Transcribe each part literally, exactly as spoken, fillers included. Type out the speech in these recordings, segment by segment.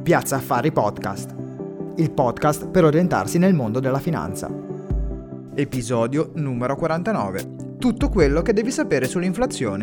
Piazza Affari Podcast, il podcast per orientarsi nel mondo della finanza. Episodio numero quarantanove. Tutto quello che devi sapere sull'inflazione.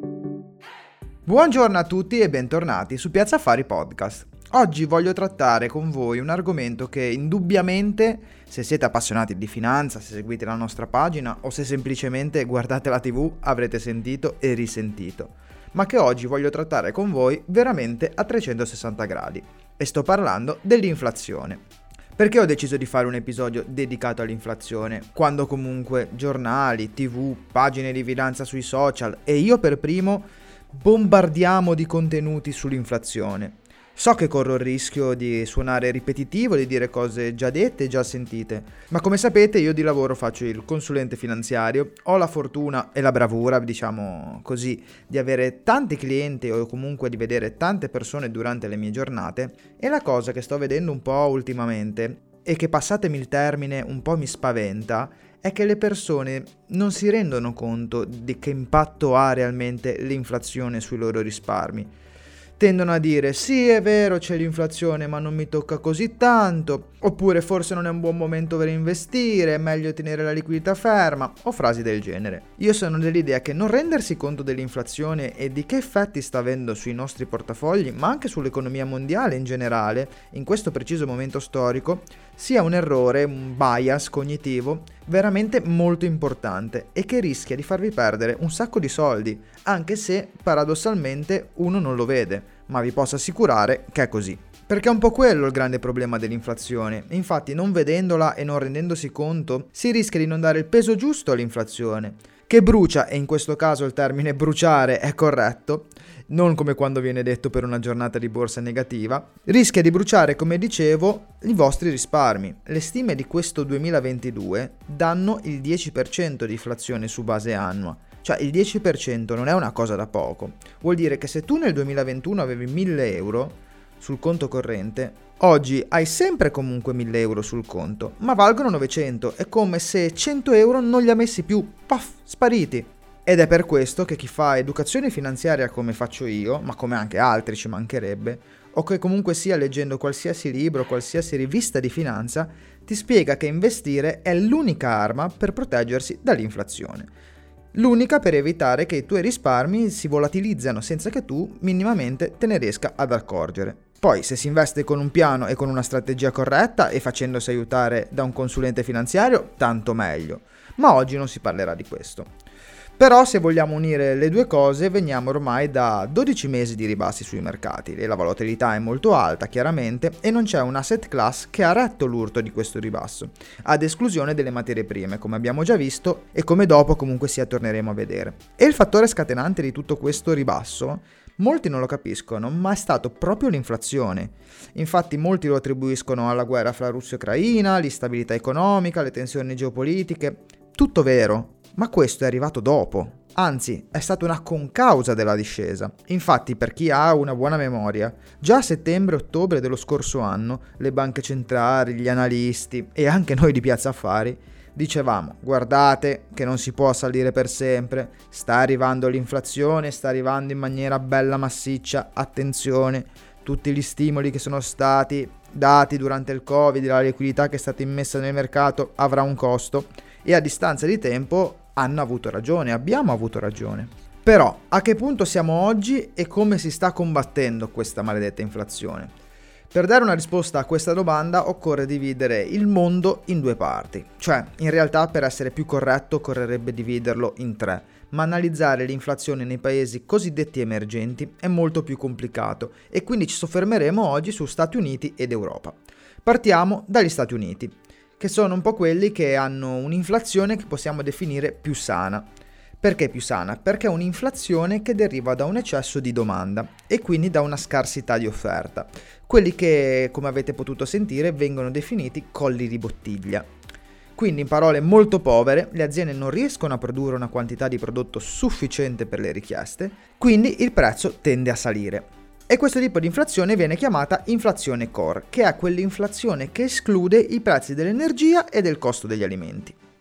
Buongiorno a tutti e bentornati su Piazza Affari Podcast. Oggi voglio trattare con voi un argomento che indubbiamente, se siete appassionati di finanza, se seguite la nostra pagina o se semplicemente guardate la tivù, avrete sentito e risentito, ma che oggi voglio trattare con voi veramente a trecentosessanta gradi. E sto parlando dell'inflazione. Perché ho deciso di fare un episodio dedicato all'inflazione, quando comunque giornali, tivù, pagine di finanza sui social e io per primo bombardiamo di contenuti sull'inflazione? So che corro il rischio di suonare ripetitivo, di dire cose già dette e già sentite, ma come sapete io di lavoro faccio il consulente finanziario, ho la fortuna e la bravura, diciamo così, di avere tanti clienti o comunque di vedere tante persone durante le mie giornate, e la cosa che sto vedendo un po' ultimamente, e che passatemi il termine un po' mi spaventa, è che le persone non si rendono conto di che impatto ha realmente l'inflazione sui loro risparmi. Tendono a dire sì, è vero, c'è l'inflazione ma non mi tocca così tanto, oppure forse non è un buon momento per investire, è meglio tenere la liquidità ferma, o frasi del genere. Io sono dell'idea che non rendersi conto dell'inflazione e di che effetti sta avendo sui nostri portafogli, ma anche sull'economia mondiale in generale, in questo preciso momento storico, sia un errore, un bias cognitivo veramente molto importante e che rischia di farvi perdere un sacco di soldi, anche se paradossalmente uno non lo vede, ma vi posso assicurare che è così. Perché è un po' quello il grande problema dell'inflazione. Infatti, non vedendola e non rendendosi conto, si rischia di non dare il peso giusto all'inflazione, che brucia, e in questo caso il termine bruciare è corretto, non come quando viene detto per una giornata di borsa negativa, rischia di bruciare, come dicevo, i vostri risparmi. Le stime di questo duemilaventidue danno il dieci per cento di inflazione su base annua. Cioè il dieci per cento non è una cosa da poco. Vuol dire che se tu nel duemilaventuno avevi mille euro sul conto corrente, oggi hai sempre comunque mille euro sul conto, ma valgono novecento. È come se cento euro non li ha messi più, paf, spariti. Ed è per questo che chi fa educazione finanziaria come faccio io, ma come anche altri ci mancherebbe, o che comunque sia leggendo qualsiasi libro, qualsiasi rivista di finanza, ti spiega che investire è l'unica arma per proteggersi dall'inflazione. L'unica per evitare che i tuoi risparmi si volatilizzano senza che tu minimamente te ne riesca ad accorgere. Poi, se si investe con un piano e con una strategia corretta e facendosi aiutare da un consulente finanziario, tanto meglio. Ma oggi non si parlerà di questo. Però se vogliamo unire le due cose, veniamo ormai da dodici mesi di ribassi sui mercati e la volatilità è molto alta, chiaramente, e non c'è un asset class che ha retto l'urto di questo ribasso, ad esclusione delle materie prime, come abbiamo già visto e come dopo comunque sia torneremo a vedere. E il fattore scatenante di tutto questo ribasso, molti non lo capiscono, ma è stato proprio l'inflazione. Infatti molti lo attribuiscono alla guerra fra Russia e Ucraina, l'instabilità economica, le tensioni geopolitiche. Tutto vero, ma questo è arrivato dopo. Anzi, è stata una concausa della discesa. Infatti, per chi ha una buona memoria, già a settembre-ottobre dello scorso anno, le banche centrali, gli analisti e anche noi di Piazza Affari dicevamo: guardate che non si può salire per sempre, sta arrivando l'inflazione, sta arrivando in maniera bella massiccia, attenzione, tutti gli stimoli che sono stati dati durante il Covid, la liquidità che è stata immessa nel mercato avrà un costo, e a distanza di tempo hanno avuto ragione, abbiamo avuto ragione. Però a che punto siamo oggi e come si sta combattendo questa maledetta inflazione? Per dare una risposta a questa domanda occorre dividere il mondo in due parti, cioè in realtà per essere più corretto occorrerebbe dividerlo in tre, ma analizzare l'inflazione nei paesi cosiddetti emergenti è molto più complicato e quindi ci soffermeremo oggi su Stati Uniti ed Europa. Partiamo dagli Stati Uniti, che sono un po' quelli che hanno un'inflazione che possiamo definire più sana. Perché più sana? Perché è un'inflazione che deriva da un eccesso di domanda e quindi da una scarsità di offerta. Quelli che, come avete potuto sentire, vengono definiti colli di bottiglia. Quindi, in parole molto povere, le aziende non riescono a produrre una quantità di prodotto sufficiente per le richieste, quindi il prezzo tende a salire. E questo tipo di inflazione viene chiamata inflazione core, che è quell'inflazione che esclude i prezzi dell'energia e del costo degli alimenti.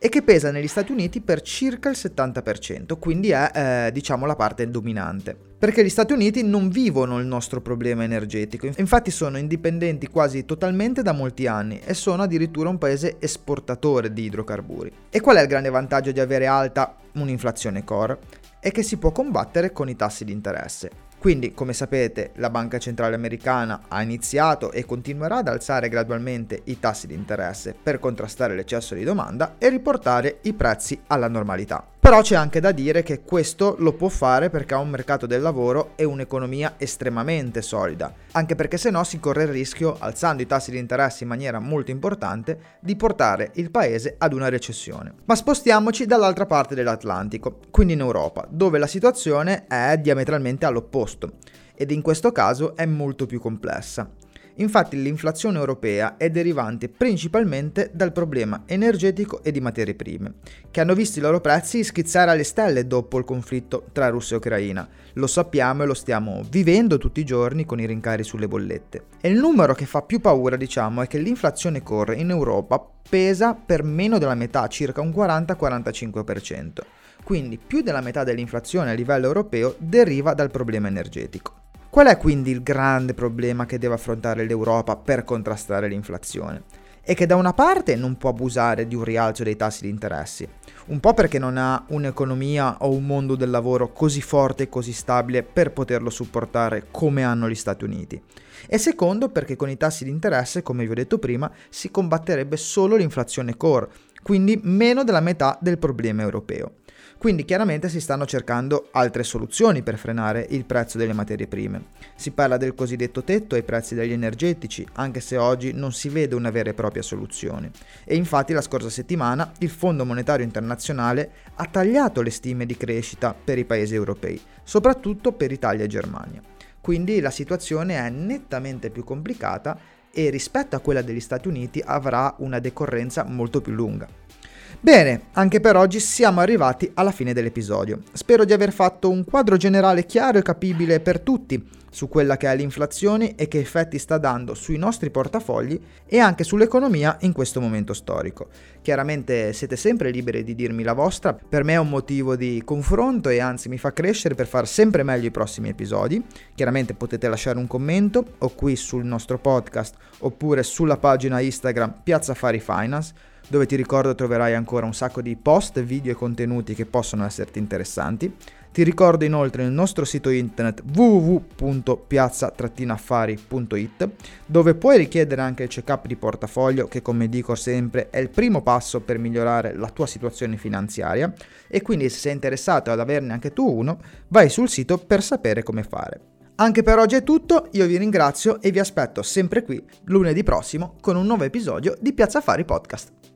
e che pesa negli Stati Uniti per circa il settanta per cento, quindi è eh, diciamo la parte dominante. Perché gli Stati Uniti non vivono il nostro problema energetico, infatti sono indipendenti quasi totalmente da molti anni e sono addirittura un paese esportatore di idrocarburi. E qual è il grande vantaggio di avere alta un'inflazione core? È che si può combattere con i tassi di interesse. Quindi, come sapete, la Banca Centrale Americana ha iniziato e continuerà ad alzare gradualmente i tassi di interesse per contrastare l'eccesso di domanda e riportare i prezzi alla normalità. Però c'è anche da dire che questo lo può fare perché ha un mercato del lavoro e un'economia estremamente solida, anche perché se no si corre il rischio, alzando i tassi di interesse in maniera molto importante, di portare il paese ad una recessione. Ma spostiamoci dall'altra parte dell'Atlantico, quindi in Europa, dove la situazione è diametralmente all'opposto, ed in questo caso è molto più complessa. Infatti l'inflazione europea è derivante principalmente dal problema energetico e di materie prime, che hanno visto i loro prezzi schizzare alle stelle dopo il conflitto tra Russia e Ucraina. Lo sappiamo e lo stiamo vivendo tutti i giorni con i rincari sulle bollette. E il numero che fa più paura, diciamo, è che l'inflazione core in Europa pesa per meno della metà, circa un quaranta quarantacinque per cento. Quindi più della metà dell'inflazione a livello europeo deriva dal problema energetico. Qual è quindi il grande problema che deve affrontare l'Europa per contrastare l'inflazione? È che da una parte non può abusare di un rialzo dei tassi di interessi, un po' perché non ha un'economia o un mondo del lavoro così forte e così stabile per poterlo supportare come hanno gli Stati Uniti, e secondo perché con i tassi di interesse, come vi ho detto prima, si combatterebbe solo l'inflazione core, quindi meno della metà del problema europeo. Quindi chiaramente si stanno cercando altre soluzioni per frenare il prezzo delle materie prime. Si parla del cosiddetto tetto ai prezzi degli energetici, anche se oggi non si vede una vera e propria soluzione. E infatti la scorsa settimana il Fondo Monetario Internazionale ha tagliato le stime di crescita per i paesi europei, soprattutto per Italia e Germania. Quindi la situazione è nettamente più complicata e rispetto a quella degli Stati Uniti avrà una decorrenza molto più lunga. Bene, anche per oggi siamo arrivati alla fine dell'episodio. Spero di aver fatto un quadro generale chiaro e capibile per tutti su quella che è l'inflazione e che effetti sta dando sui nostri portafogli e anche sull'economia in questo momento storico. Chiaramente siete sempre liberi di dirmi la vostra, per me è un motivo di confronto e anzi mi fa crescere per fare sempre meglio i prossimi episodi. Chiaramente potete lasciare un commento o qui sul nostro podcast oppure sulla pagina Instagram Piazza Affari Finance, dove ti ricordo troverai ancora un sacco di post, video e contenuti che possono esserti interessanti. Ti ricordo inoltre il nostro sito internet w w w punto piazza affari punto i t, dove puoi richiedere anche il check-up di portafoglio, che come dico sempre è il primo passo per migliorare la tua situazione finanziaria, e quindi se sei interessato ad averne anche tu uno, vai sul sito per sapere come fare. Anche per oggi è tutto, io vi ringrazio e vi aspetto sempre qui lunedì prossimo con un nuovo episodio di Piazza Affari Podcast.